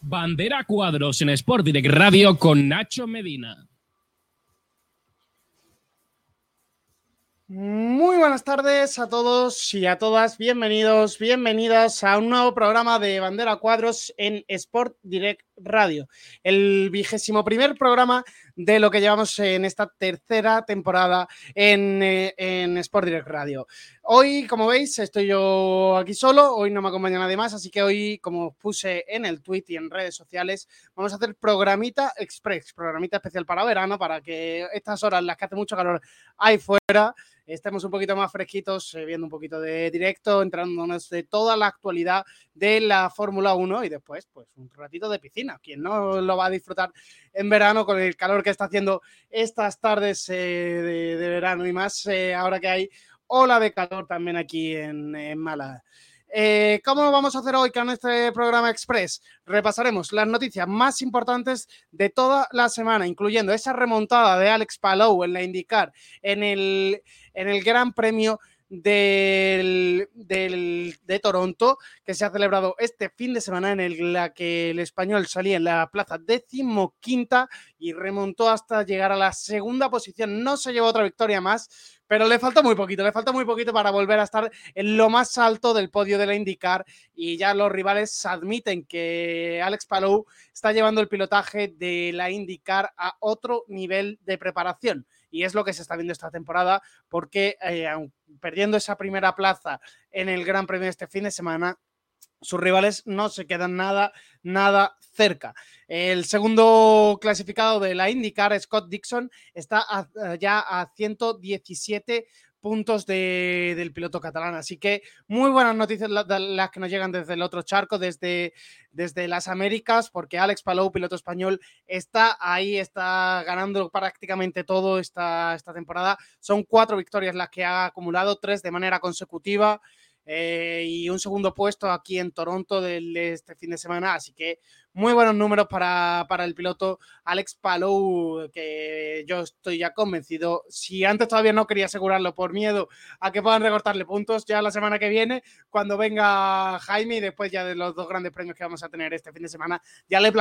Bandera Cuadros en Sport Direct Radio con Nacho Medina. Muy buenas tardes a todos y a todas, bienvenidos, bienvenidas a un nuevo programa de Bandera Cuadros en Sport Direct Radio, el 21º programa de lo que llevamos en esta tercera temporada en Sport Direct Radio. Hoy, como veis, estoy yo aquí solo, hoy no me acompaña nadie más, así que hoy, como puse en el tweet y en redes sociales, vamos a hacer programita express, programita especial para verano, para que estas horas en las que hace mucho calor ahí fuera estemos un poquito más fresquitos, viendo un poquito de directo, entrándonos de toda la actualidad de la Fórmula 1 y después, pues, un ratito de piscina. ¿Quién no lo va a disfrutar en verano con el calor que está haciendo estas tardes de verano y más ahora que hay ola de calor también aquí en Málaga? ¿Cómo lo vamos a hacer hoy con este programa express? Repasaremos las noticias más importantes de toda la semana, incluyendo esa remontada de Alex Palou en la IndyCar en el Gran Premio de Toronto, que se ha celebrado este fin de semana, en la que el español salía en la plaza 15ª y remontó hasta llegar a la segunda posición. No se llevó otra victoria más, pero le faltó muy poquito para volver a estar en lo más alto del podio de la IndyCar, y ya los rivales admiten que Alex Palou está llevando el pilotaje de la IndyCar a otro nivel de preparación. Y es lo que se está viendo esta temporada, porque perdiendo esa primera plaza en el Gran Premio de este fin de semana, sus rivales no se quedan nada cerca. El segundo clasificado de la IndyCar, Scott Dixon, está ya a 117 puntos del piloto catalán. Así que muy buenas noticias las que nos llegan desde el otro charco, desde las Américas, porque Alex Palou, piloto español, está ahí, está ganando prácticamente todo esta temporada. Son 4 victorias las que ha acumulado, 3 de manera consecutiva. Y un segundo puesto aquí en Toronto de este fin de semana, así que muy buenos números para el piloto Alex Palou, que yo estoy ya convencido. Si antes todavía no quería asegurarlo por miedo a que puedan recortarle puntos, ya la semana que viene, cuando venga Jaime y después ya de los 2 grandes premios que vamos a tener este fin de semana, ya le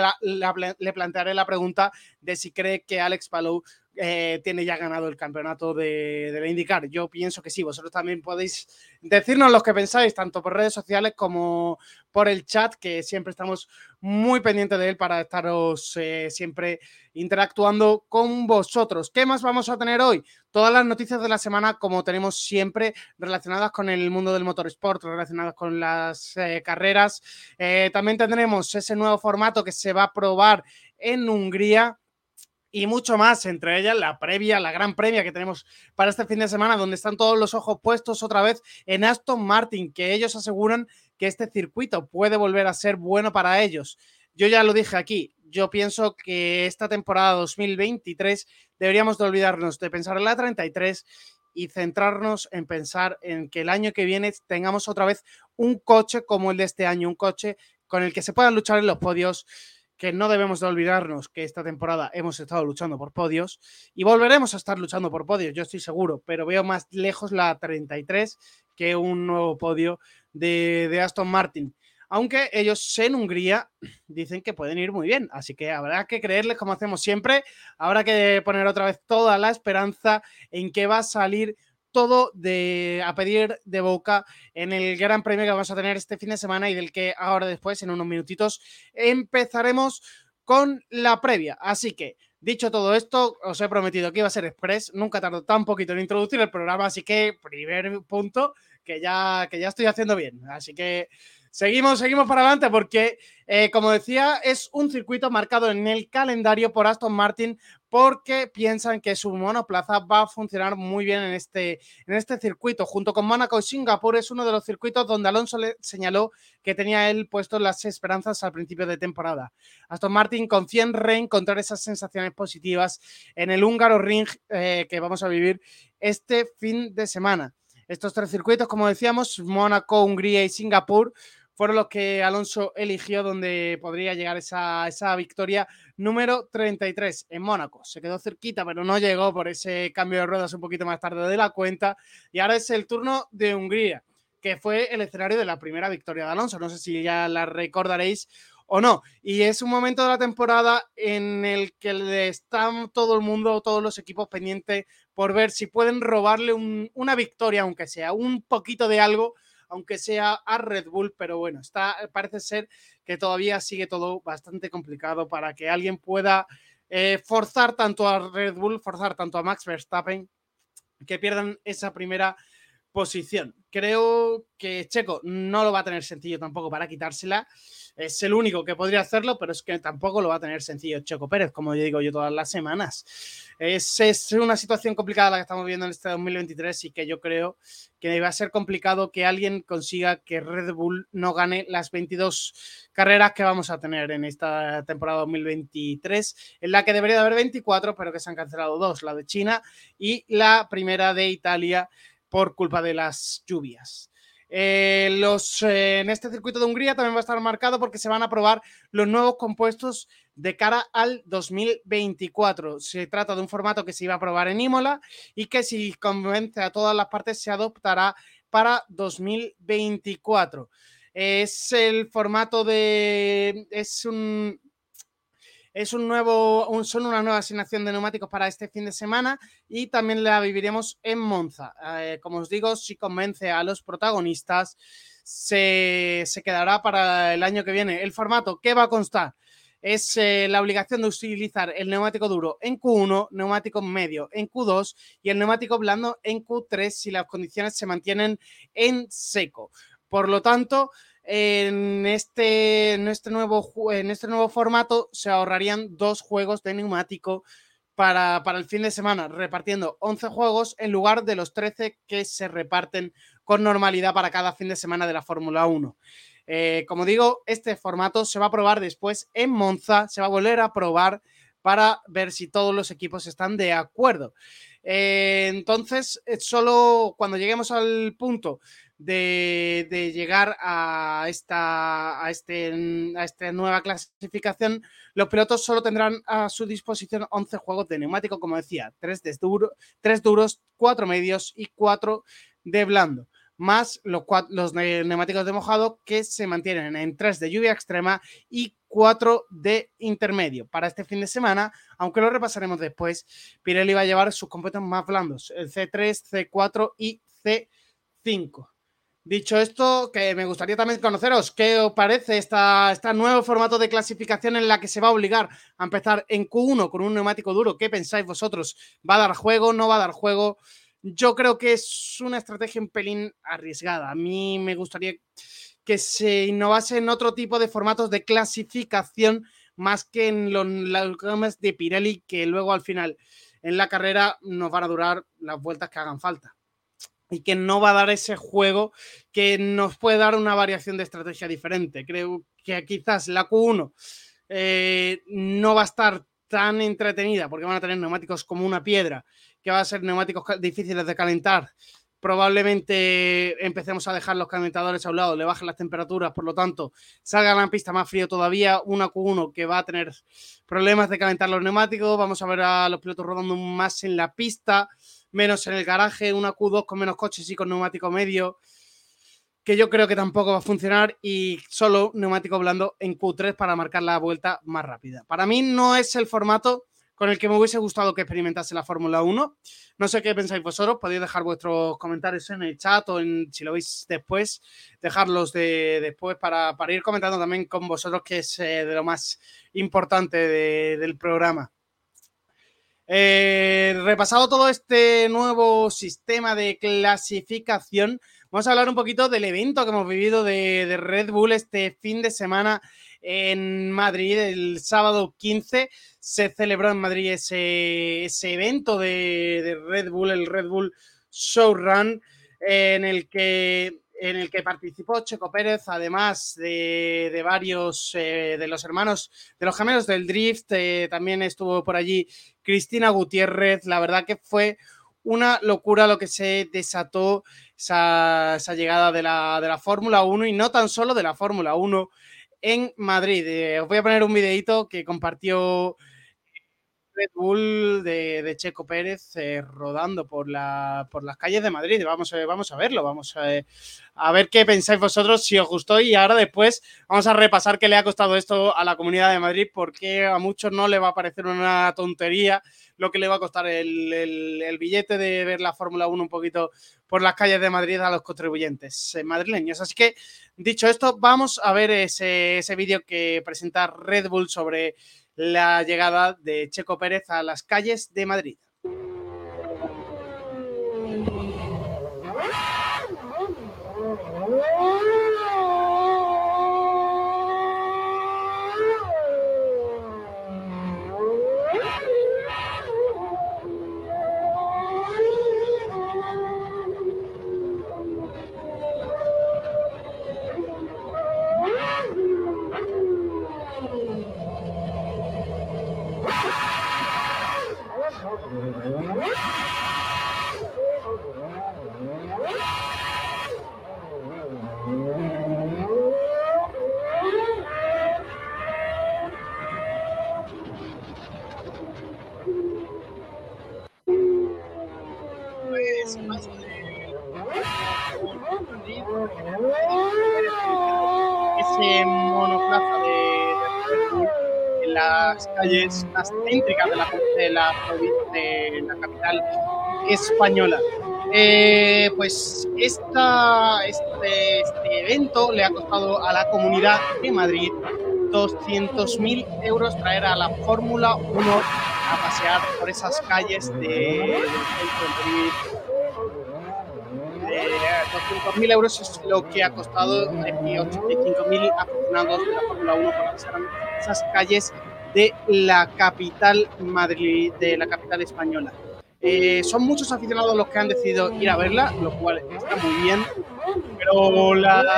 plantearé la pregunta de si cree que Alex Palou tiene ya ganado el campeonato de la IndyCar. Yo pienso que sí. Vosotros también podéis decirnos lo que pensáis, tanto por redes sociales como por el chat, que siempre estamos muy pendientes de él para estaros siempre interactuando con vosotros. ¿Qué más vamos a tener hoy? Todas las noticias de la semana, como tenemos siempre, relacionadas con el mundo del motorsport, relacionadas con las carreras. También tendremos ese nuevo formato que se va a probar en Hungría, y mucho más, entre ellas la previa, la gran previa que tenemos para este fin de semana, donde están todos los ojos puestos otra vez en Aston Martin, que ellos aseguran que este circuito puede volver a ser bueno para ellos. Yo ya lo dije aquí, yo pienso que esta temporada 2023 deberíamos de olvidarnos de pensar en la 33 y centrarnos en pensar en que el año que viene tengamos otra vez un coche como el de este año, un coche con el que se puedan luchar en los podios, que no debemos de olvidarnos que esta temporada hemos estado luchando por podios y volveremos a estar luchando por podios, yo estoy seguro, pero veo más lejos la 33 que un nuevo podio de Aston Martin. Aunque ellos en Hungría dicen que pueden ir muy bien, así que habrá que creerles como hacemos siempre, habrá que poner otra vez toda la esperanza en que va a salir todo a pedir de boca en el Gran Premio que vamos a tener este fin de semana y del que ahora después, en unos minutitos, empezaremos con la previa. Así que, dicho todo esto, os he prometido que iba a ser express, nunca tardó tan poquito en introducir el programa, así que primer punto que ya estoy haciendo bien. Así que seguimos para adelante porque, como decía, es un circuito marcado en el calendario por Aston Martin, porque piensan que su monoplaza va a funcionar muy bien en este circuito. Junto con Mónaco y Singapur, es uno de los circuitos donde Alonso le señaló que tenía él puesto las esperanzas al principio de temporada. Aston Martin confía en reencontrar esas sensaciones positivas en el húngaro ring que vamos a vivir este fin de semana. Estos 3 circuitos, como decíamos, Mónaco, Hungría y Singapur, fueron los que Alonso eligió donde podría llegar esa victoria número 33 en Mónaco. Se quedó cerquita, pero no llegó por ese cambio de ruedas un poquito más tarde de la cuenta. Y ahora es el turno de Hungría, que fue el escenario de la primera victoria de Alonso. No sé si ya la recordaréis o no. Y es un momento de la temporada en el que están todo el mundo, todos los equipos pendientes por ver si pueden robarle una victoria, aunque sea un poquito de algo, aunque sea a Red Bull, pero bueno, parece ser que todavía sigue todo bastante complicado para que alguien pueda forzar tanto a Red Bull, forzar tanto a Max Verstappen, que pierdan esa primera posición. Creo que Checo no lo va a tener sencillo tampoco para quitársela. Es el único que podría hacerlo, pero es que tampoco lo va a tener sencillo Checo Pérez, como digo yo todas las semanas. Es una situación complicada la que estamos viendo en este 2023 y que yo creo que va a ser complicado que alguien consiga que Red Bull no gane las 22 carreras que vamos a tener en esta temporada 2023, en la que debería de haber 24, pero que se han cancelado 2, la de China y la primera de Italia, por culpa de las lluvias. En este circuito de Hungría también va a estar marcado porque se van a probar los nuevos compuestos de cara al 2024. Se trata de un formato que se iba a probar en Imola y que, si convence a todas las partes, se adoptará para 2024. Es el formato de... son una nueva asignación de neumáticos para este fin de semana y también la viviremos en Monza. Como os digo, si convence a los protagonistas, se quedará para el año que viene. El formato, ¿qué va a constar? Es la obligación de utilizar el neumático duro en Q1, neumático medio en Q2 y el neumático blando en Q3 si las condiciones se mantienen en seco. Por lo tanto, en este nuevo formato se ahorrarían 2 juegos de neumático para el fin de semana, repartiendo 11 juegos en lugar de los 13 que se reparten con normalidad para cada fin de semana de la Fórmula 1. Como digo, este formato se va a probar después en Monza, se va a volver a probar para ver si todos los equipos están de acuerdo. Entonces, solo cuando lleguemos al punto de llegar a esta nueva clasificación, los pilotos solo tendrán a su disposición 11 juegos de neumático, como decía, 3 duros, 4 medios y 4 de blando, más los neumáticos de mojado, que se mantienen en 3 de lluvia extrema y 4 de intermedio. Para este fin de semana, aunque lo repasaremos después, Pirelli va a llevar sus compuestos más blandos, el C3, C4 y C5. Dicho esto, que me gustaría también conoceros qué os parece este nuevo formato de clasificación en la que se va a obligar a empezar en Q1 con un neumático duro. ¿Qué pensáis vosotros? ¿Va a dar juego? ¿No va a dar juego? Yo creo que es una estrategia un pelín arriesgada. A mí me gustaría que se innovase en otro tipo de formatos de clasificación más que en los gomas de Pirelli, que luego al final en la carrera nos van a durar las vueltas que hagan falta. Y que no va a dar ese juego que nos puede dar una variación de estrategia diferente. Creo que quizás la Q1 no va a estar tan entretenida porque van a tener neumáticos como una piedra, que va a ser neumáticos difíciles de calentar. Probablemente empecemos a dejar los calentadores a un lado, le bajen las temperaturas, por lo tanto salga a la pista más frío todavía. Una Q1 que va a tener problemas de calentar los neumáticos, vamos a ver a los pilotos rodando más en la pista, menos en el garaje, una Q2 con menos coches y con neumático medio, que yo creo que tampoco va a funcionar, y solo neumático blando en Q3 para marcar la vuelta más rápida. Para mí no es el formato con el que me hubiese gustado que experimentase la Fórmula 1. No sé qué pensáis vosotros, podéis dejar vuestros comentarios en el chat o si lo veis después, dejarlos después para ir comentando también con vosotros, que es de lo más importante del programa. Repasado todo este nuevo sistema de clasificación, vamos a hablar un poquito del evento que hemos vivido de Red Bull este fin de semana en Madrid. El sábado 15 se celebró en Madrid ese evento de Red Bull, el Red Bull Showrun, en el que participó Checo Pérez, además de varios de los hermanos, de los gemelos del Drift. También estuvo por allí Cristina Gutiérrez. La verdad que fue una locura lo que se desató esa llegada de la Fórmula 1, y no tan solo de la Fórmula 1 en Madrid. Os voy a poner un videito que compartió Red Bull de Checo Pérez rodando por las calles de Madrid. Vamos a verlo, a ver qué pensáis vosotros, si os gustó, y ahora después vamos a repasar qué le ha costado esto a la Comunidad de Madrid, porque a muchos no le va a parecer una tontería lo que le va a costar el billete de ver la Fórmula 1 un poquito por las calles de Madrid a los contribuyentes madrileños. Así que, dicho esto, vamos a ver ese vídeo que presenta Red Bull sobre la llegada de Checo Pérez a las calles de Madrid. Ese monoplaza de Red Bull en las calles más céntricas de la capital española. Pues este evento le ha costado a la Comunidad de Madrid 200.000 euros traer a la Fórmula 1 a pasear por esas calles del centro de Madrid. 200.000 euros es lo que ha costado 85.000 aficionados de la Fórmula 1 para pasar esas calles de la capital española. Son muchos aficionados los que han decidido ir a verla, lo cual está muy bien, pero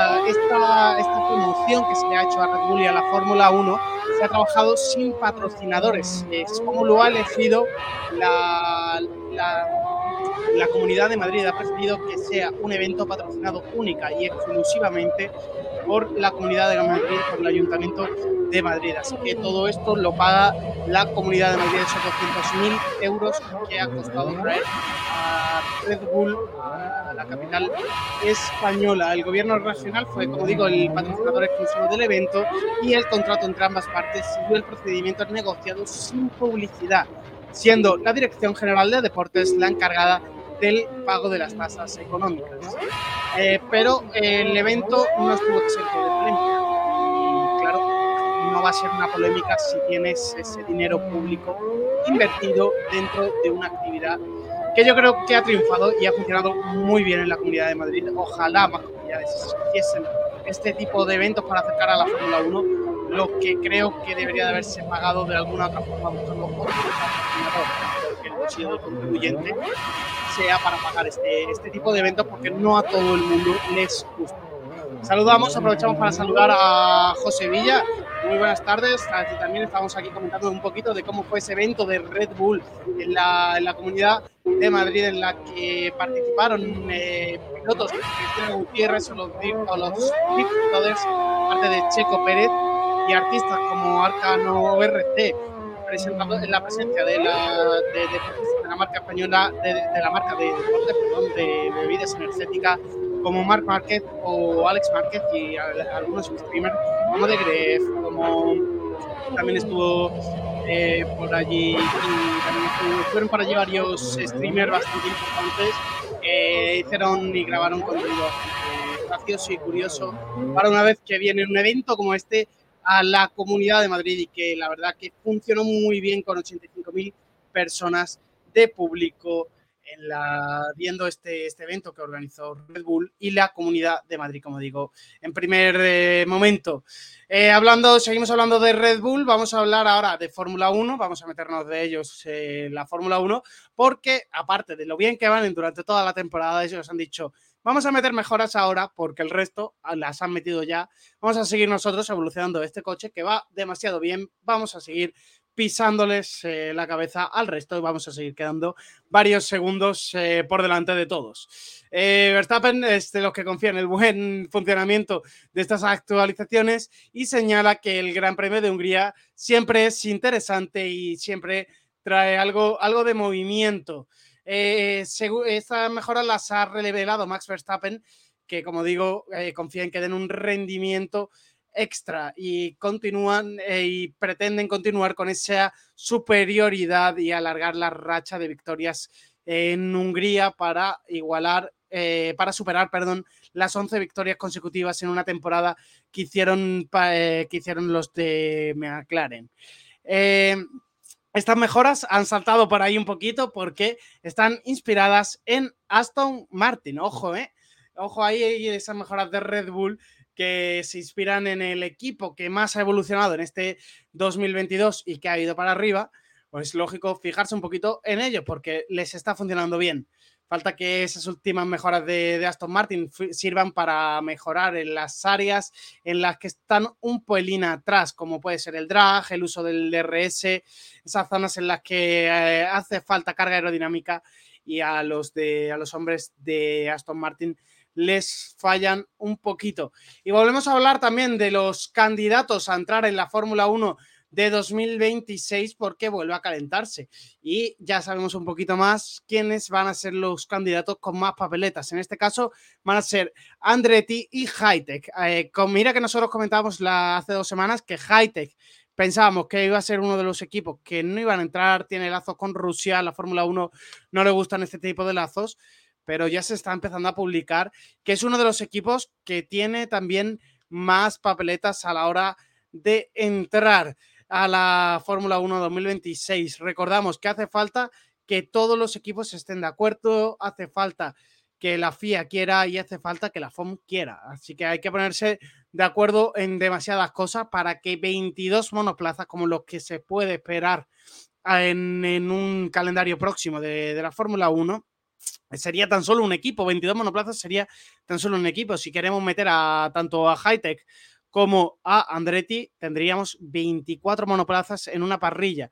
esta promoción que se le ha hecho a Red Bull y a la Fórmula 1 se ha trabajado sin patrocinadores. Es como lo ha elegido la Comunidad de Madrid. Ha preferido que sea un evento patrocinado única y exclusivamente por la Comunidad de Madrid, por el Ayuntamiento de Madrid. Así que todo esto lo paga la Comunidad de Madrid, esos 200.000 euros que ha costado traer a Red Bull a la capital española. El gobierno regional fue, como digo, el patrocinador exclusivo del evento, y el contrato entre ambas partes siguió el procedimiento negociado sin publicidad, siendo la Dirección General de Deportes la encargada del pago de las tasas económicas. Pero el evento no estuvo exento de polémica. Y claro, no va a ser una polémica si tienes ese dinero público invertido dentro de una actividad que yo creo que ha triunfado y ha funcionado muy bien en la Comunidad de Madrid. Ojalá más comunidades hiciesen este tipo de eventos para acercar a la Fórmula 1, lo que creo que debería de haberse pagado de alguna otra forma buscando otro patrocinador, que el bolsillo del contribuyente sea para pagar este tipo de eventos, porque no a todo el mundo les gusta. Aprovechamos para saludar a José Villa. Muy buenas tardes. También estamos aquí comentando un poquito de cómo fue ese evento de Red Bull en la Comunidad de Madrid, en la que participaron pilotos como Cristina Gutiérrez o los Drift Brothers, parte de Checo Pérez, y artistas como Arcano RT, presentando en la presencia de la marca española, de la marca de deportes, de bebidas energéticas, como Marc Márquez o Alex Márquez, y algunos streamers como The Gref, como también estuvo por allí, y también fueron por allí varios streamers bastante importantes. Hicieron y grabaron contenido bastante gracioso y curioso para una vez que viene un evento como este a la Comunidad de Madrid, y que la verdad que funcionó muy bien, con 85.000 personas de público viendo este evento que organizó Red Bull y la Comunidad de Madrid, como digo, en primer momento. Seguimos hablando de Red Bull, vamos a hablar ahora de Fórmula 1, vamos a meternos de ellos la Fórmula 1, porque aparte de lo bien que van durante toda la temporada, ellos han dicho: vamos a meter mejoras ahora, porque el resto las han metido ya. Vamos a seguir nosotros evolucionando este coche, que va demasiado bien. Vamos a seguir pisándoles la cabeza al resto y vamos a seguir quedando varios segundos por delante de todos. Verstappen es de los que confía en el buen funcionamiento de estas actualizaciones y señala que el Gran Premio de Hungría siempre es interesante y siempre trae algo de movimiento. Estas mejoras las ha revelado Max Verstappen, que como digo, confía en que den un rendimiento extra y continúan y pretenden continuar con esa superioridad y alargar la racha de victorias en Hungría para superar, las 11 victorias consecutivas en una temporada que hicieron los de McLaren. Estas mejoras han saltado por ahí un poquito porque están inspiradas en Aston Martin. Ojo, ojo ahí esas mejoras de Red Bull que se inspiran en el equipo que más ha evolucionado en este 2022 y que ha ido para arriba. Pues lógico fijarse un poquito en ello porque les está funcionando bien. Falta que esas últimas mejoras de Aston Martin sirvan para mejorar en las áreas en las que están un pelín atrás, como puede ser el drag, el uso del DRS, esas zonas en las que hace falta carga aerodinámica y a los hombres de Aston Martin les fallan un poquito. Y volvemos a hablar también de los candidatos a entrar en la Fórmula 1 de 2026 porque vuelve a calentarse y ya sabemos un poquito más quiénes van a ser los candidatos con más papeletas. En este caso van a ser Andretti y Hitech. Mira que nosotros comentábamos hace 2 semanas que Hitech pensábamos que iba a ser uno de los equipos que no iban a entrar, tiene lazos con Rusia, la Fórmula 1 no le gustan este tipo de lazos, pero ya se está empezando a publicar que es uno de los equipos que tiene también más papeletas a la hora de entrar a la Fórmula 1 2026. Recordamos que hace falta que todos los equipos estén de acuerdo, hace falta que la FIA quiera y hace falta que la FOM quiera. Así que hay que ponerse de acuerdo en demasiadas cosas para que 22 monoplazas, como los que se puede esperar en un calendario próximo de la Fórmula 1, sería tan solo un equipo. 22 monoplazas sería tan solo un equipo. Si queremos meter tanto a Hitech como a Andretti, tendríamos 24 monoplazas en una parrilla.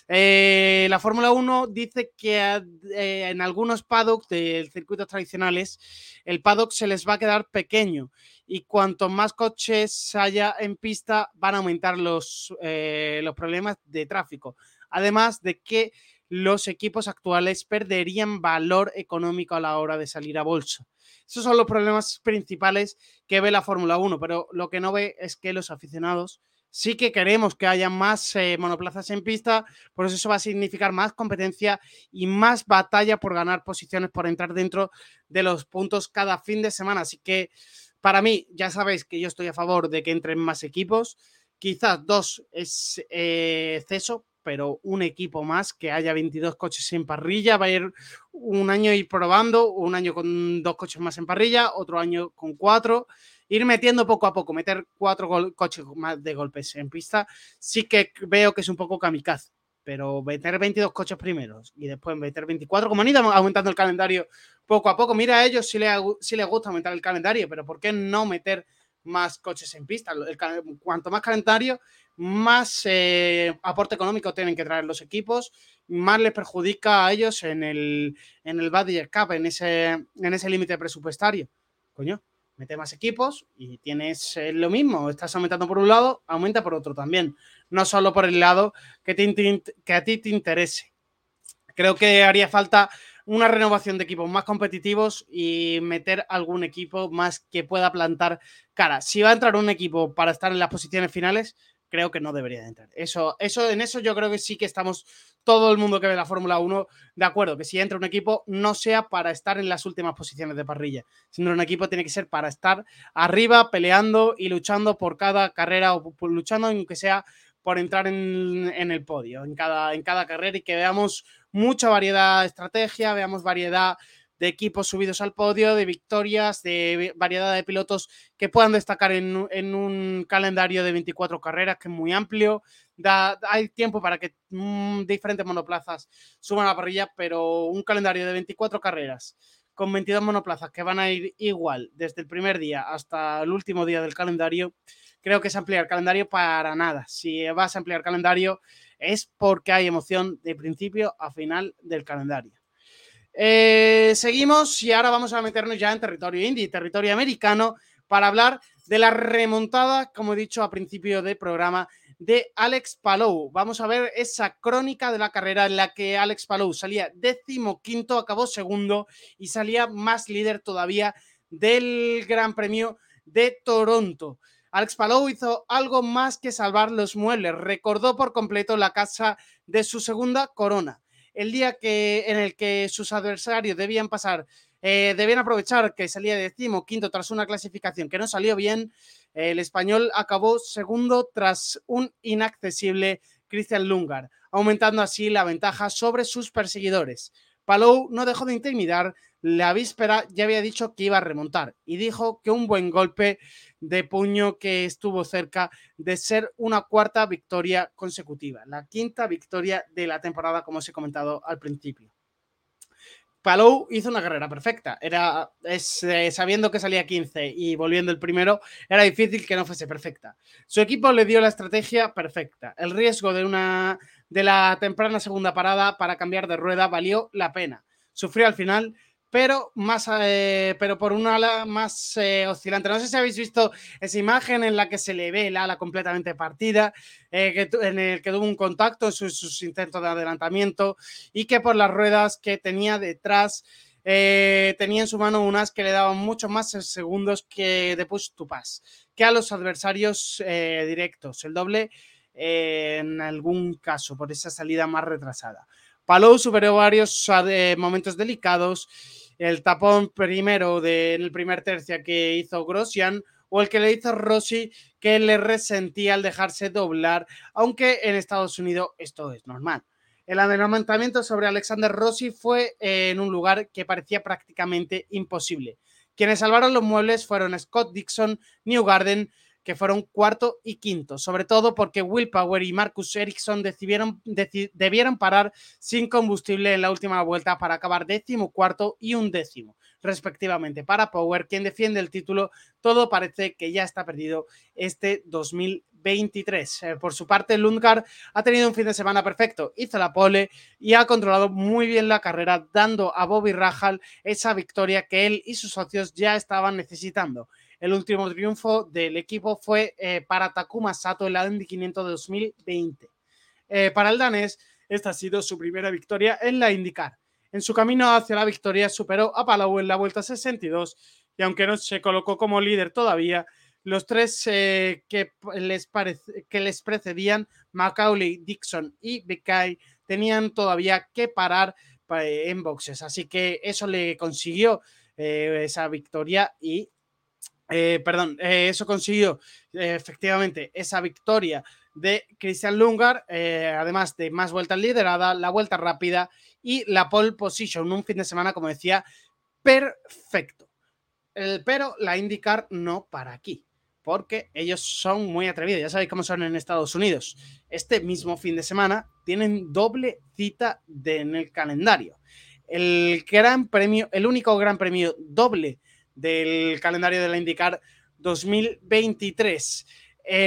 La Fórmula 1 dice que en algunos paddocks de circuitos tradicionales el paddock se les va a quedar pequeño y cuanto más coches haya en pista van a aumentar los problemas de tráfico. Además de que los equipos actuales perderían valor económico a la hora de salir a bolsa. Esos son los problemas principales que ve la Fórmula 1, pero lo que no ve es que los aficionados sí que queremos que haya más monoplazas en pista, por eso va a significar más competencia y más batalla por ganar posiciones, por entrar dentro de los puntos cada fin de semana. Así que para mí, ya sabéis que yo estoy a favor de que entren más equipos, quizás 2 es exceso, pero un equipo más, que haya 22 coches en parrilla, va a ir un año ir probando, un año con 2 coches más en parrilla, otro año con 4, ir metiendo poco a poco, meter 4 coches más de golpes en pista, sí que veo que es un poco kamikaze, pero meter 22 coches primeros y después meter 24, como han ido aumentando el calendario poco a poco, mira a ellos si les gusta aumentar el calendario, pero ¿por qué no meter más coches en pista? Cuanto más calendario, más aporte económico tienen que traer los equipos, más les perjudica a ellos en el budget cap, en ese límite presupuestario. Coño, mete más equipos y tienes lo mismo, estás aumentando por un lado, aumenta por otro también, no solo por el lado que a ti te interese. Creo que haría falta una renovación de equipos más competitivos y meter algún equipo más que pueda plantar cara. Si va a entrar un equipo para estar en las posiciones finales, creo que no debería de entrar. En eso yo creo que sí que estamos todo el mundo que ve la Fórmula 1 de acuerdo, que si entra un equipo no sea para estar en las últimas posiciones de parrilla, sino un equipo tiene que ser para estar arriba, peleando y luchando por cada carrera o luchando aunque sea por entrar en el podio en cada carrera y que veamos mucha variedad de estrategia, veamos variedad de equipos subidos al podio, de victorias, de variedad de pilotos que puedan destacar en un calendario de 24 carreras que es muy amplio. Hay tiempo para que diferentes monoplazas suban a la parrilla, pero un calendario de 24 carreras con 22 monoplazas que van a ir igual desde el primer día hasta el último día del calendario, creo que es ampliar calendario para nada. Si vas a ampliar calendario es porque hay emoción de principio a final del calendario. Seguimos y ahora vamos a meternos ya en territorio indie, territorio americano, para hablar de la remontada, como he dicho a principio del programa, de Alex Palou. Vamos a ver esa crónica de la carrera en la que Alex Palou salía 15º, acabó segundo y salía más líder todavía del Gran Premio de Toronto. Alex Palou hizo algo más que salvar los muebles, recordó por completo la casa de su segunda corona. El día en el que sus adversarios debían aprovechar que salía 15º tras una clasificación que no salió bien, el español acabó segundo tras un inaccesible Christian Lundgaard, aumentando así la ventaja sobre sus perseguidores. Palou no dejó de intimidar, la víspera ya había dicho que iba a remontar y dijo que un buen golpe de puño que estuvo cerca de ser una cuarta victoria consecutiva, la quinta victoria de la temporada, como os he comentado al principio. Palou hizo una carrera perfecta. Sabiendo que salía 15 y volviendo el primero, era difícil que no fuese perfecta. Su equipo le dio la estrategia perfecta. El riesgo de la temprana segunda parada para cambiar de rueda valió la pena. Sufrió al final, pero por un ala más oscilante. No sé si habéis visto esa imagen en la que se le ve el ala completamente partida, en el que tuvo un contacto en sus intentos de adelantamiento y que por las ruedas que tenía detrás tenía en su mano unas que le daban mucho más segundos que de push to pass, que a los adversarios directos, el doble en algún caso por esa salida más retrasada. Palou superó varios momentos delicados, el tapón primero en el primer tercio que hizo Grosjean o el que le hizo Rossi, que le resentía al dejarse doblar, aunque en Estados Unidos esto es normal. El adelantamiento sobre Alexander Rossi fue en un lugar que parecía prácticamente imposible. Quienes salvaron los muebles fueron Scott Dixon, Newgarden, que fueron cuarto y quinto, sobre todo porque Will Power y Marcus Ericsson debieron parar sin combustible en la última vuelta para acabar 14º y 11º, respectivamente. Para Power, quien defiende el título, todo parece que ya está perdido este 2023. Por su parte, Lundgaard ha tenido un fin de semana perfecto, hizo la pole y ha controlado muy bien la carrera, dando a Bobby Rahal esa victoria que él y sus socios ya estaban necesitando. El último triunfo del equipo fue para Takuma Sato en la Indy 500 de 2020. Para el danés, esta ha sido su primera victoria en la IndyCar. En su camino hacia la victoria superó a Palou en la vuelta 62 y aunque no se colocó como líder todavía, los tres que les precedían, Macaulay, Dixon y Beckay, tenían todavía que parar en boxes. Así que eso le consiguió esa victoria y eso consiguió efectivamente esa victoria de Christian Lundgaard, además de más vueltas lideradas, la vuelta rápida y la pole position, un fin de semana, como decía, perfecto. Pero la IndyCar no para aquí, porque ellos son muy atrevidos, ya sabéis cómo son en Estados Unidos. Este mismo fin de semana tienen doble cita en el calendario. El único gran premio doble del calendario de la IndyCar 2023.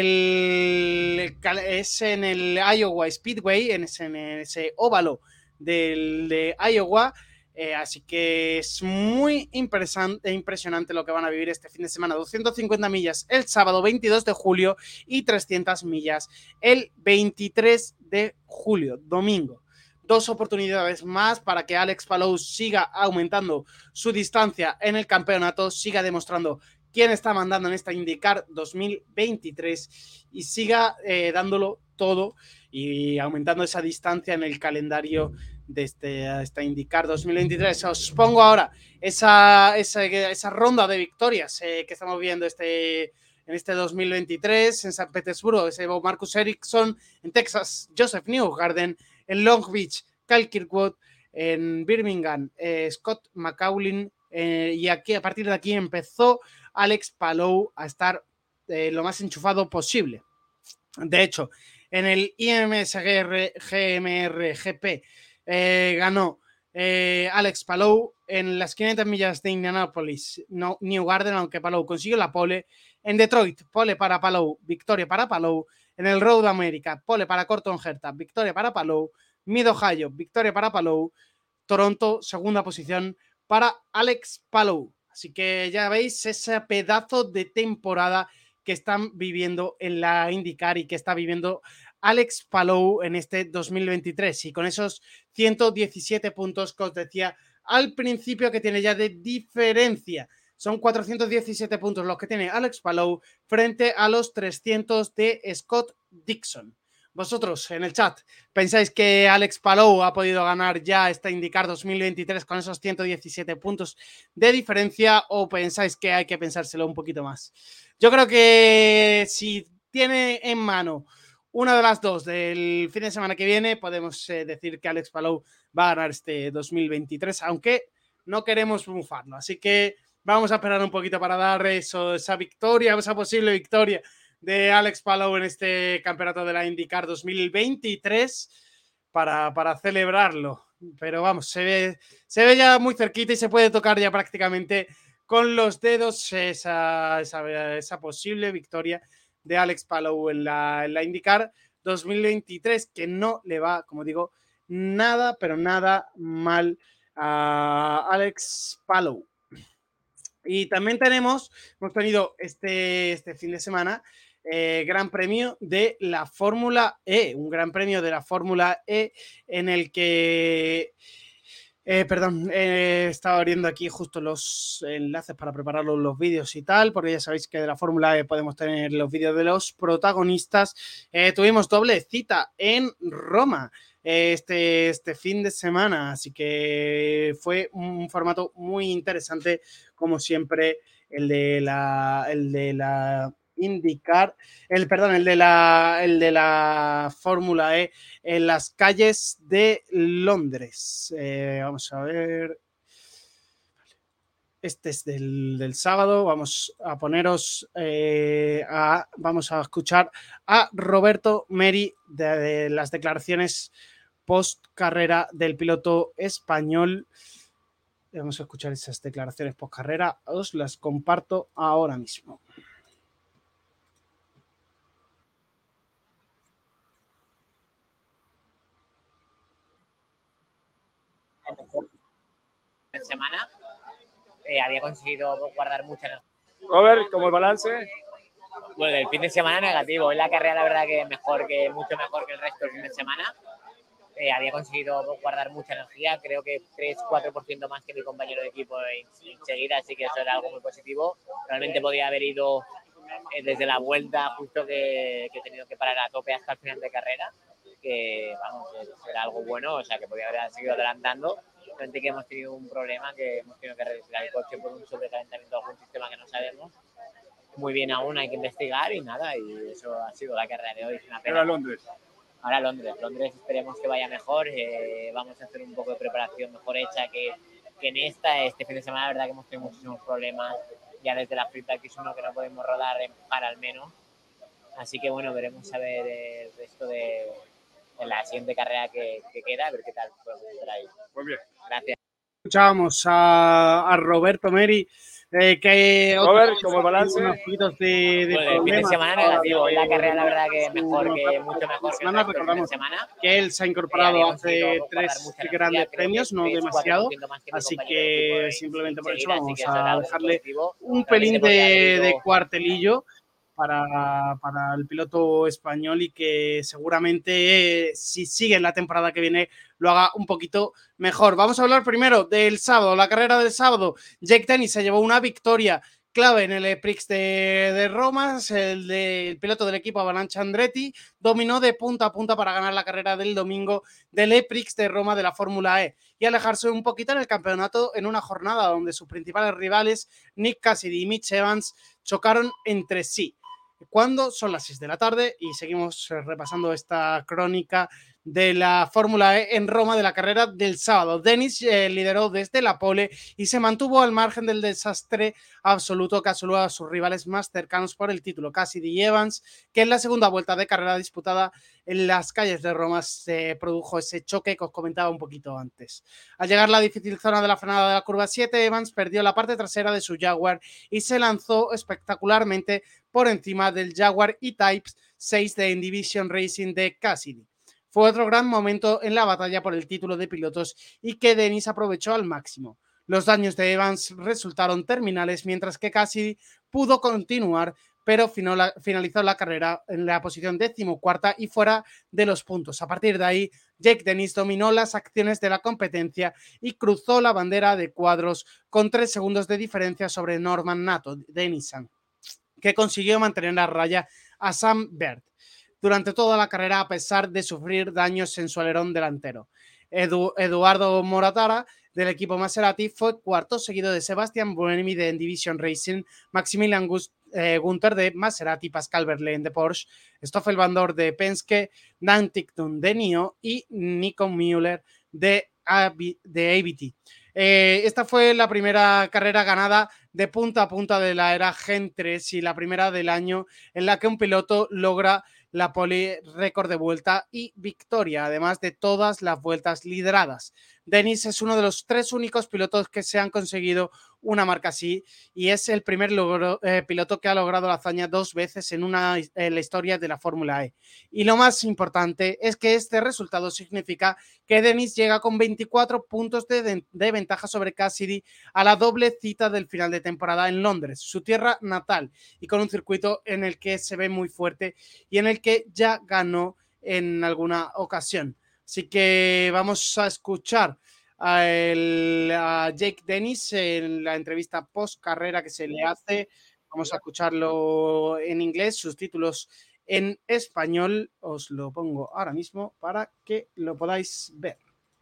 Es en el Iowa Speedway, en ese óvalo de Iowa. Así que es muy impresionante lo que van a vivir este fin de semana. 250 millas el sábado 22 de julio y 300 millas el 23 de julio, domingo. Dos oportunidades más para que Alex Palou siga aumentando su distancia en el campeonato, siga demostrando quién está mandando en esta IndyCar 2023 y siga dándolo todo y aumentando esa distancia en el calendario de esta IndyCar 2023. Os pongo ahora esa ronda de victorias que estamos viendo en este 2023 en San Petersburgo. Ese Marcus Ericsson, en Texas Joseph Newgarden, en Long Beach Kyle Kirkwood, en Birmingham Scott McCaulin, y aquí a partir de aquí empezó Alex Palou a estar lo más enchufado posible. De hecho, en el IMSGR GMR GP ganó Alex Palou. En las 500 millas de Indianapolis, Newgarden, aunque Palou consiguió la pole. En Detroit, pole para Palou, victoria para Palou. En el Road America, pole para Colton Herta, victoria para Palou. Mid Ohio, victoria para Palou. Toronto, segunda posición para Alex Palou. Así que ya veis ese pedazo de temporada que están viviendo en la IndyCar y que está viviendo Alex Palou en este 2023. Y con esos 117 puntos que os decía al principio que tiene ya de diferencia. Son 417 puntos los que tiene Alex Palou frente a los 300 de Scott Dixon. Vosotros en el chat, ¿pensáis que Alex Palou ha podido ganar ya esta IndyCar 2023 con esos 117 puntos de diferencia o pensáis que hay que pensárselo un poquito más? Yo creo que si tiene en mano una de las dos del fin de semana que viene, podemos decir que Alex Palou va a ganar este 2023, aunque no queremos bufarlo. Así que vamos a esperar un poquito para dar esa victoria, esa posible victoria de Alex Palou en este campeonato de la IndyCar 2023 para celebrarlo. Pero vamos, se ve ya muy cerquita y se puede tocar ya prácticamente con los dedos esa posible victoria de Alex Palou en la IndyCar 2023, que no le va, como digo, nada, pero nada mal a Alex Palou. Y también hemos tenido este fin de semana Gran Premio de la Fórmula E, un Gran Premio de la Fórmula E en el que... estaba abriendo aquí justo los enlaces para preparar los vídeos y tal, porque ya sabéis que de la Fórmula E podemos tener los vídeos de los protagonistas. Tuvimos doble cita en Roma este fin de semana, así que fue un formato muy interesante, como siempre, el de la IndyCar, el de la Fórmula E en las calles de Londres. Vamos a ver. Este es del sábado. Vamos a poneros vamos a escuchar a Roberto Meri de las declaraciones post carrera del piloto español. Vamos a escuchar esas declaraciones post carrera. Os las comparto ahora mismo. Semana había conseguido guardar mucha energía. Robert, ¿cómo el balance? Bueno, el fin de semana negativo. En la carrera, la verdad, que mucho mejor que el resto del fin de semana. Había conseguido guardar mucha energía, creo que 3-4% más que mi compañero de equipo enseguida, así que eso era algo muy positivo. Realmente podía haber ido desde la vuelta justo que he tenido que parar a tope hasta el final de carrera, que vamos, era algo bueno, o sea que podía haber seguido adelantando. Realmente que hemos tenido un problema, que hemos tenido que revisar el coche por un sobrecalentamiento de algún sistema que no sabemos muy bien aún, hay que investigar y nada, y eso ha sido la carrera de hoy. Una pena. Era Londres. Ahora Londres esperemos que vaya mejor, vamos a hacer un poco de preparación mejor hecha que en este fin de semana. La verdad que hemos tenido muchísimos problemas ya desde la Free Practice 1 que no podemos rodar en par al menos, así que bueno, veremos a ver el resto de la siguiente carrera que queda, a ver qué tal podemos hacer ahí. Muy bien. Gracias. Escuchábamos a Roberto Meri. Robert, como el balance. Bueno, el fin de semana negativo. La carrera, la verdad, que mucho mejor que el resto del fin de semana. Que él se ha incorporado hace 3 grandes premios, no demasiado. Así que simplemente por eso vamos a dejarle un pelín de cuartelillo para el piloto español y que seguramente si sigue en la temporada que viene lo haga un poquito mejor. Vamos a hablar primero del sábado, la carrera del sábado. Jake Dennis se llevó una victoria clave en el Prix de Roma. El piloto del equipo Avalanche Andretti dominó de punta a punta para ganar la carrera del domingo del Prix de Roma de la Fórmula E y alejarse un poquito en el campeonato en una jornada donde sus principales rivales Nick Cassidy y Mitch Evans chocaron entre sí. Cuando son las 6 de la tarde y seguimos repasando esta crónica de la Fórmula E en Roma de la carrera del sábado. Dennis lideró desde la pole y se mantuvo al margen del desastre absoluto que asoló a sus rivales más cercanos por el título, Cassidy y Evans, que en la segunda vuelta de carrera disputada en las calles de Roma se produjo ese choque que os comentaba un poquito antes. Al llegar a la difícil zona de la frenada de la curva 7, Evans perdió la parte trasera de su Jaguar y se lanzó espectacularmente por encima del Jaguar E-Type 6 de Endivision Racing de Cassidy. Fue otro gran momento en la batalla por el título de pilotos y que Dennis aprovechó al máximo. Los daños de Evans resultaron terminales, mientras que Cassidy pudo continuar pero finalizó la carrera en la posición 14ª y fuera de los puntos. A partir de ahí, Jake Dennis dominó las acciones de la competencia y cruzó la bandera de cuadros con 3 segundos de diferencia sobre Norman Nato de Nissan, que consiguió mantener a raya a Sam Bird durante toda la carrera a pesar de sufrir daños en su alerón delantero. Eduardo Moratara del equipo Maserati fue cuarto, seguido de Sebastian Buemi de Endivision Racing, Maximilian Gunther de Maserati, Pascal Verlaine de Porsche, Stoffel Van Dorn de Penske, Dan Ticktum de NIO y Nico Müller de ABT. Esta fue la primera carrera ganada de punta a punta de la era Gen 3 y la primera del año en la que un piloto logra la pole, récord de vuelta y victoria, además de todas las vueltas lideradas. Dennis es uno de los 3 únicos pilotos que se han conseguido una marca así y es el primer piloto que ha logrado la hazaña 2 veces en la historia de la Fórmula E. Y lo más importante es que este resultado significa que Dennis llega con 24 puntos de ventaja sobre Cassidy a la doble cita del final de temporada en Londres, su tierra natal, y con un circuito en el que se ve muy fuerte y en el que ya ganó en alguna ocasión. Así que vamos a escuchar a Jake Dennis en la entrevista post carrera que se le hace. Vamos a escucharlo en inglés, sus títulos en español. Os lo pongo ahora mismo para que lo podáis ver.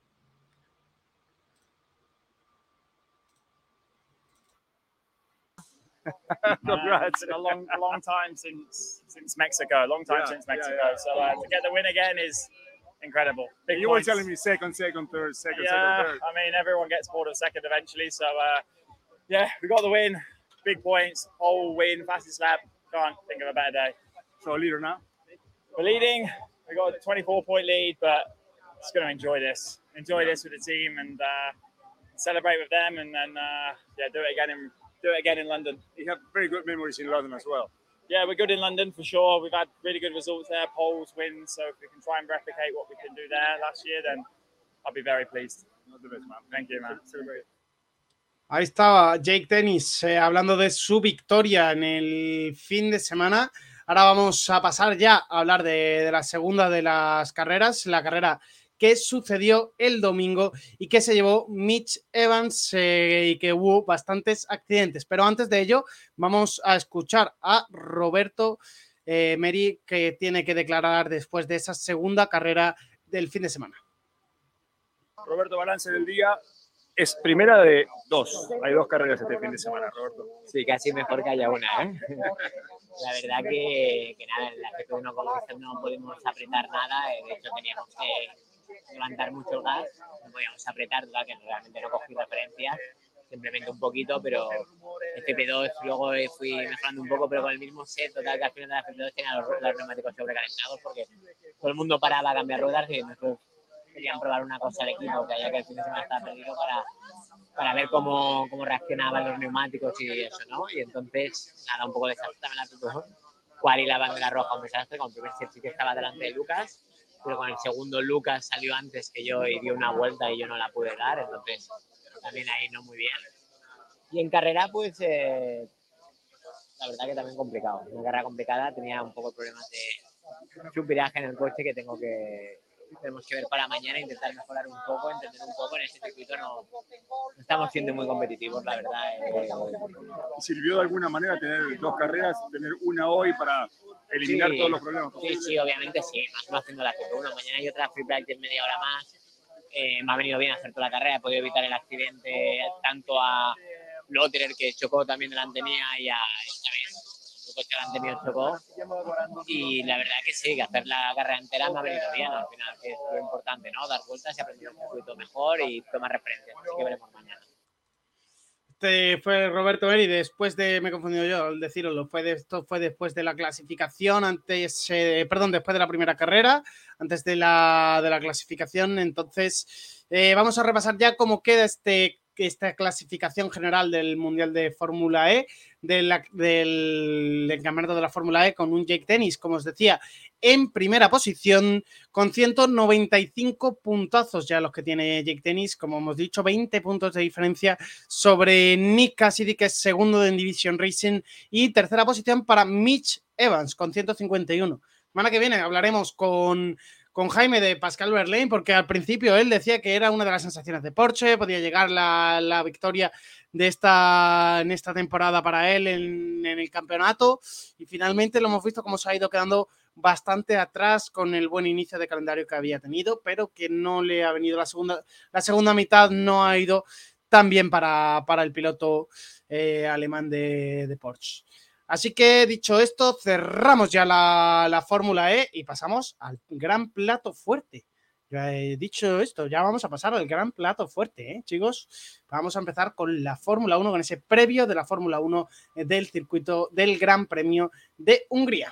It's been a long time since Mexico. Since Mexico. So to get the win again is incredible. Big you points. were telling me second, third. Yeah, I mean everyone gets bored of second eventually. So yeah, we got the win. Big points, whole win, fastest lap. Can't think of a better day. So leader now. We're leading. We got a 24-point lead, but just going to enjoy this with the team and celebrate with them, and then yeah, do it again in London. You have very good memories in London as well. Yeah, we're good in London for sure. We've had really good results there, poles, wins. So if we can try and replicate what we can do there last year, then I'll be very pleased. Not the best, man. Thank you, man. Ahí estaba Jake Dennis hablando de su victoria en el fin de semana. Ahora vamos a pasar ya a hablar de la segunda de las carreras, la carrera que sucedió el domingo y que se llevó Mitch Evans y que hubo bastantes accidentes. Pero antes de ello, vamos a escuchar a Roberto Meri, que tiene que declarar después de esa segunda carrera del fin de semana. Roberto, balance del día. Es primera de 2. Hay 2 carreras este fin de semana, Roberto. Sí, casi mejor que haya una, ¿eh? La verdad que nada, en la GP1 con Cristian no pudimos apretar nada, de hecho teníamos que levantar mucho el gas, no podíamos apretar, que realmente no cogí referencias, simplemente un poquito, pero el GP2 luego fui mejorando un poco, pero con el mismo set, total que al final de la GP2 tenía los neumáticos sobrecalentados porque todo el mundo paraba a cambiar ruedas y nosotros querían probar una cosa al equipo, que ya que el fin de semana estaba perdido para ver cómo reaccionaban los neumáticos y eso, ¿no? Y entonces, nada, un poco desastre también la tutujón. Quali la bandera roja, un desastre, con el primer set sí que estaba delante de Lucas, pero con el segundo Lucas salió antes que yo y dio una vuelta y yo no la pude dar, entonces también ahí no muy bien. Y en carrera, pues, la verdad que también complicado. Una carrera complicada, tenía un poco problemas de subviraje en el coche que tenemos que ver para mañana, intentar mejorar un poco, entender un poco. En este circuito no estamos siendo muy competitivos, la verdad. ¿Sirvió de alguna manera tener 2 carreras, tener una hoy para eliminar todos los problemas? Sí, obviamente sí, más no haciendo la GP1. Mañana hay otra free practice media hora más. Me ha venido bien hacer toda la carrera, he podido evitar el accidente tanto a Lotterer, que chocó también delante mía, y a esta vez el coche delante mío chocó. Y la verdad que sí, que hacer la carrera entera me ha venido bien al final, que es lo importante, ¿no? Dar vueltas y aprender un poquito mejor y tomar referencias. Así que veremos mañana. Este fue Roberto Meri, después de, me he confundido yo al decirlo, esto fue después de la clasificación, después de la primera carrera, antes de la clasificación. Entonces, vamos a repasar ya cómo queda esta clasificación general del Mundial de Fórmula E, del campeonato de la Fórmula E, con un Jake Dennis, como os decía, en primera posición con 195 puntazos ya los que tiene Jake Dennis, como hemos dicho, 20 puntos de diferencia sobre Nick Cassidy, que es segundo en Division Racing, y tercera posición para Mitch Evans con 151. Semana que viene hablaremos con Jaime de Pascal Wehrlein, porque al principio él decía que era una de las sensaciones de Porsche, podía llegar la victoria en esta temporada para él en el campeonato, y finalmente lo hemos visto como se ha ido quedando bastante atrás con el buen inicio de calendario que había tenido, pero que no le ha venido la segunda mitad, no ha ido tan bien para el piloto alemán de Porsche. Así que, dicho esto, cerramos ya la Fórmula E y pasamos al gran plato fuerte. Ya he dicho esto, ya vamos a pasar al gran plato fuerte, chicos. Vamos a empezar con la Fórmula 1, con ese previo de la Fórmula 1 del circuito del Gran Premio de Hungría.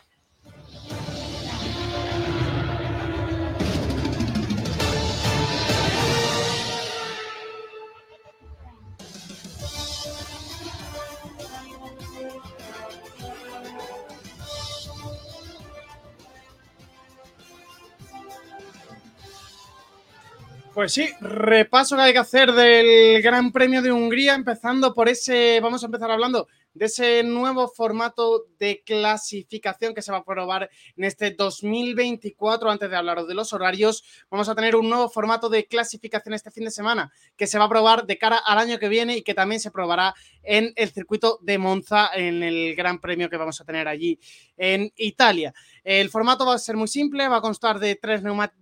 Pues sí, repaso que hay que hacer del Gran Premio de Hungría, empezando por vamos a empezar hablando de ese nuevo formato de clasificación que se va a probar en este 2024. Antes de hablaros de los horarios, vamos a tener un nuevo formato de clasificación este fin de semana que se va a probar de cara al año que viene y que también se probará en el circuito de Monza, en el Gran Premio que vamos a tener allí en Italia. El formato va a ser muy simple, va a constar de tres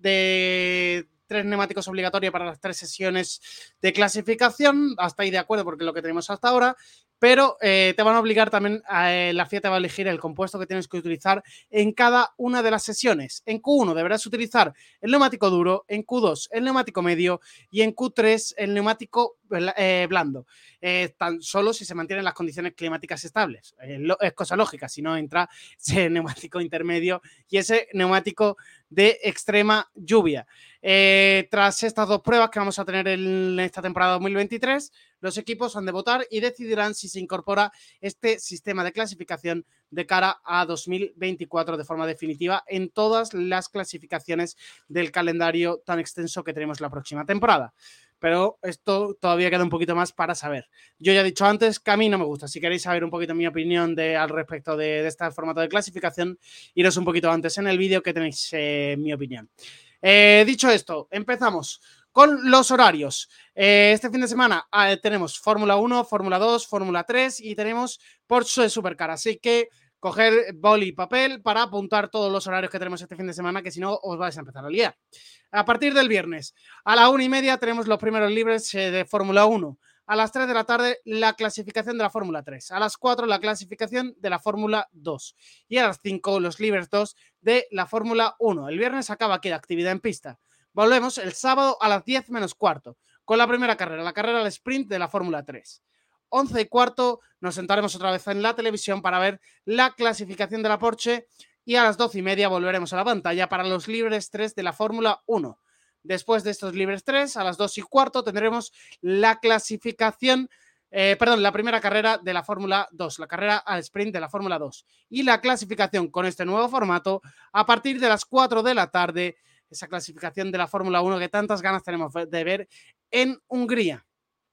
neumáticos obligatorios para las 3 sesiones de clasificación. Hasta ahí de acuerdo, porque es lo que tenemos hasta ahora. Pero te van a obligar también, la FIA te va a elegir el compuesto que tienes que utilizar en cada una de las sesiones. En Q1 deberás utilizar el neumático duro, en Q2 el neumático medio y en Q3 el neumático blando. Tan solo si se mantienen las condiciones climáticas estables. Es cosa lógica, si no entra ese neumático intermedio y ese neumático de extrema lluvia. Tras estas 2 pruebas que vamos a tener en esta temporada 2023, los equipos han de votar y decidirán si se incorpora este sistema de clasificación de cara a 2024 de forma definitiva en todas las clasificaciones del calendario tan extenso que tenemos la próxima temporada. Pero esto todavía queda un poquito más para saber. Yo ya he dicho antes que a mí no me gusta. Si queréis saber un poquito mi opinión al respecto de este formato de clasificación, iros un poquito antes en el vídeo que tenéis mi opinión. Dicho esto, empezamos con los horarios. Este fin de semana tenemos Fórmula 1, Fórmula 2, Fórmula 3 y tenemos Porsche Supercar. Así que coger boli y papel para apuntar todos los horarios que tenemos este fin de semana, que si no os vais a empezar a liar. A partir del viernes a la 1:30 tenemos los primeros libres de Fórmula 1. A las 3 de la tarde la clasificación de la Fórmula 3. A las 4 la clasificación de la Fórmula 2. Y a las 5 los libres 2 de la Fórmula 1. El viernes acaba aquí la actividad en pista. Volvemos el sábado a las 10 menos cuarto con la primera carrera, la carrera al sprint de la Fórmula 3. 11:15 nos sentaremos otra vez en la televisión para ver la clasificación de la Porsche y a las 12:30 volveremos a la pantalla para los libres 3 de la Fórmula 1. Después de estos libres 3, a las 2:15 tendremos la clasificación, la primera carrera de la Fórmula 2, la carrera al sprint de la Fórmula 2. Y la clasificación con este nuevo formato a partir de las 4 de la tarde, esa clasificación de la Fórmula 1 que tantas ganas tenemos de ver en Hungría.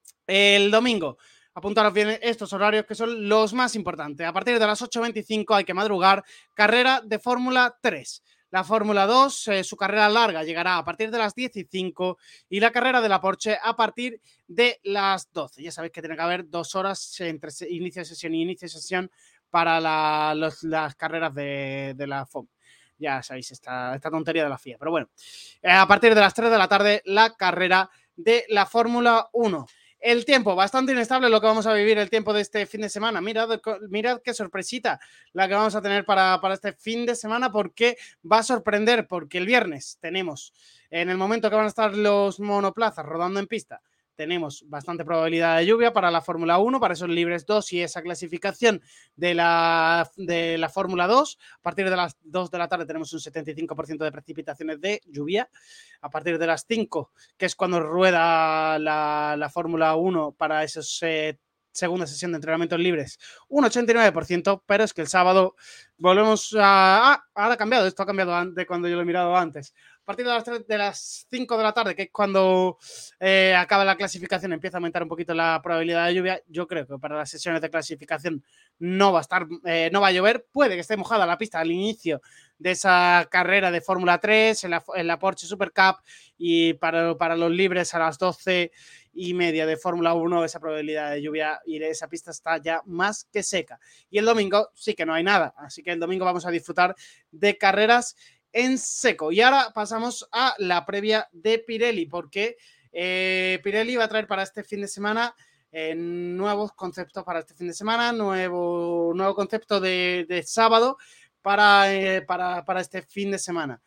El domingo, apuntaros bien estos horarios que son los más importantes. A partir de las 8:25 hay que madrugar, carrera de Fórmula 3. La Fórmula 2, su carrera larga llegará a partir de las 10:05 y la carrera de la Porsche a partir de las 12. Ya sabéis que tiene que haber 2 horas entre inicio de sesión y inicio de sesión para las carreras de la FOM. Ya sabéis, esta tontería de la FIA. Pero bueno, a partir de las 3 de la tarde la carrera de la Fórmula 1. El tiempo, bastante inestable lo que vamos a vivir el tiempo de este fin de semana. Mirad qué sorpresita la que vamos a tener para este fin de semana, porque va a sorprender, porque el viernes tenemos, en el momento que van a estar los monoplazas rodando en pista, tenemos bastante probabilidad de lluvia para la Fórmula 1, para esos libres 2 y esa clasificación de la Fórmula 2. A partir de las 2 de la tarde tenemos un 75% de precipitaciones de lluvia. A partir de las 5, que es cuando rueda la Fórmula 1 para esos segunda sesión de entrenamientos libres, un 89%, pero es que el sábado volvemos a... ahora ha cambiado, esto ha cambiado de cuando yo lo he mirado antes. A partir de las 5 de la tarde, que es cuando acaba la clasificación, empieza a aumentar un poquito la probabilidad de lluvia. Yo creo que para las sesiones de clasificación no va a llover. Puede que esté mojada la pista al inicio de esa carrera de Fórmula 3 en la Porsche Super Cup, y para los libres a las 12:30 de Fórmula 1 esa probabilidad de lluvia y esa pista está ya más que seca. Y el domingo sí que no hay nada, así que el domingo vamos a disfrutar de carreras en seco. Y ahora pasamos a la previa de Pirelli, porque Pirelli va a traer para este fin de semana nuevos conceptos para este fin de semana, nuevo concepto de sábado para este fin de semana.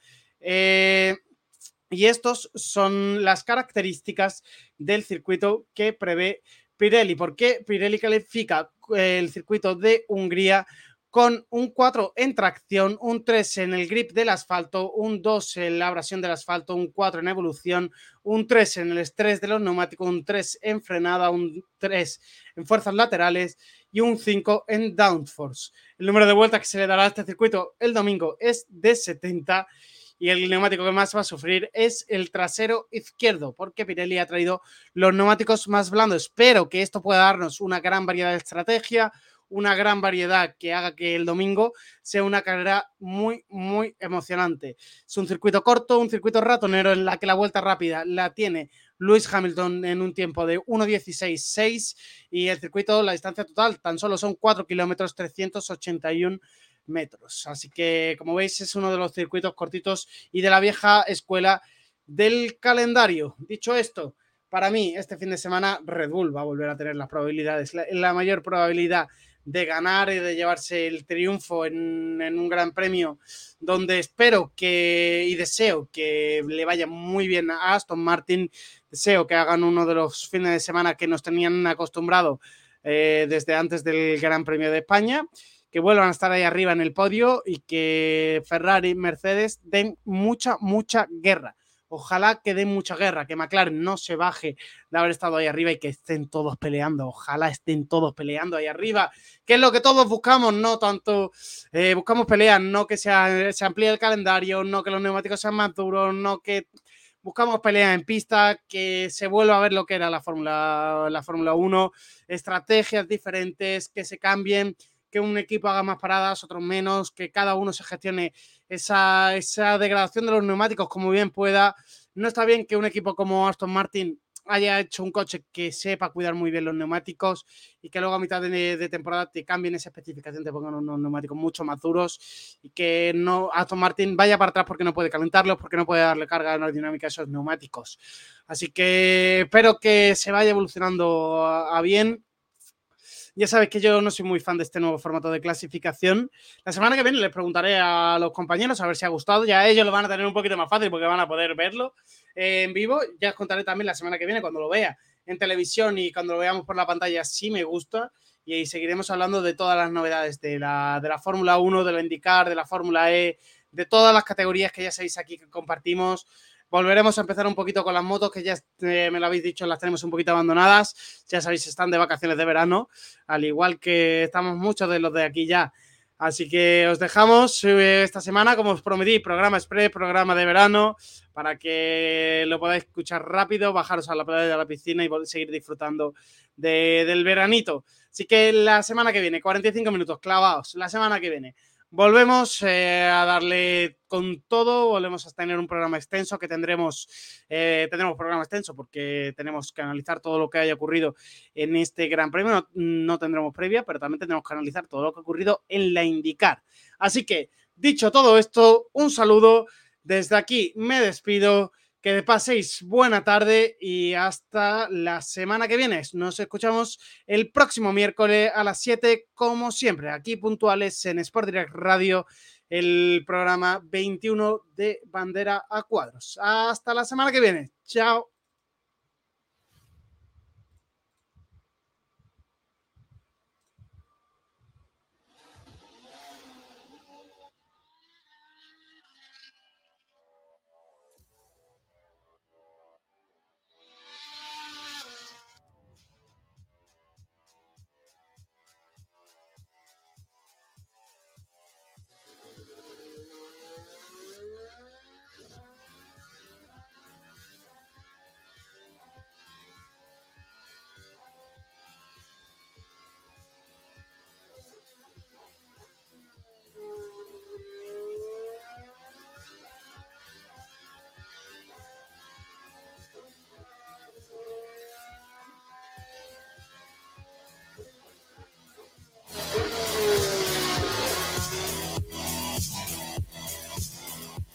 Y estos son las características del circuito que prevé Pirelli. ¿Por qué Pirelli califica el circuito de Hungría con un 4 en tracción, un 3 en el grip del asfalto, un 2 en la abrasión del asfalto, un 4 en evolución, un 3 en el estrés de los neumáticos, un 3 en frenada, un 3 en fuerzas laterales y un 5 en downforce? El número de vueltas que se le dará a este circuito el domingo es de 70, y el neumático que más va a sufrir es el trasero izquierdo, porque Pirelli ha traído los neumáticos más blandos. Espero que esto pueda darnos una gran variedad de estrategia, una gran variedad que haga que el domingo sea una carrera muy, muy emocionante. Es un circuito corto, un circuito ratonero, en la que la vuelta rápida la tiene Lewis Hamilton en un tiempo de 1:16.6, y el circuito, la distancia total, tan solo son 4 kilómetros 381 metros. Así que, como veis, es uno de los circuitos cortitos y de la vieja escuela del calendario. Dicho esto, para mí, este fin de semana Red Bull va a volver a tener las probabilidades, la mayor probabilidad de ganar y de llevarse el triunfo en un gran premio, donde espero y deseo que le vaya muy bien a Aston Martin. Deseo que hagan uno de los fines de semana que nos tenían acostumbrado desde antes del Gran Premio de España, que vuelvan a estar ahí arriba en el podio y que Ferrari y Mercedes den mucha guerra. Ojalá que den mucha guerra, que McLaren no se baje de haber estado ahí arriba y que estén todos peleando. Ojalá estén todos peleando ahí arriba, que es lo que todos buscamos, no tanto buscamos peleas, no que se amplíe el calendario, no que los neumáticos sean más duros, no que buscamos peleas en pista, que se vuelva a ver lo que era la Fórmula 1, estrategias diferentes, que se cambien, que un equipo haga más paradas, otros menos, que cada uno se gestione esa degradación de los neumáticos como bien pueda. No está bien que un equipo como Aston Martin haya hecho un coche que sepa cuidar muy bien los neumáticos y que luego a mitad de temporada te cambien esa especificación, te pongan unos neumáticos mucho más duros, y que no Aston Martin vaya para atrás porque no puede calentarlos, porque no puede darle carga aerodinámica a esos neumáticos. Así que espero que se vaya evolucionando a bien. Ya sabes que yo no soy muy fan de este nuevo formato de clasificación. La semana que viene les preguntaré a los compañeros a ver si ha gustado. Ya ellos lo van a tener un poquito más fácil porque van a poder verlo en vivo. Ya os contaré también la semana que viene cuando lo vea en televisión y cuando lo veamos por la pantalla si me gusta. Y ahí seguiremos hablando de todas las novedades de la Fórmula 1, de la IndyCar, de la Fórmula E, de todas las categorías que ya sabéis aquí que compartimos. Volveremos a empezar un poquito con las motos, que ya me lo habéis dicho, las tenemos un poquito abandonadas. Ya sabéis, están de vacaciones de verano, al igual que estamos muchos de los de aquí ya. Así que os dejamos esta semana, como os prometí, programa express, programa de verano, para que lo podáis escuchar rápido, bajaros a la playa, a la piscina y seguir disfrutando del veranito. Así que la semana que viene, 45 minutos clavados, la semana que viene. Volvemos a darle con todo, volvemos a tener un programa extenso que tendremos programa extenso porque tenemos que analizar todo lo que haya ocurrido en este Gran Premio. No tendremos previa, pero también tendremos que analizar todo lo que ha ocurrido en la IndyCar. Así que, dicho todo esto, un saludo. Desde aquí me despido. Que paséis buena tarde y hasta la semana que viene. Nos escuchamos el próximo miércoles a las 7, como siempre, aquí puntuales en Sport Direct Radio, el programa 21 de Bandera a Cuadros. Hasta la semana que viene. Chao.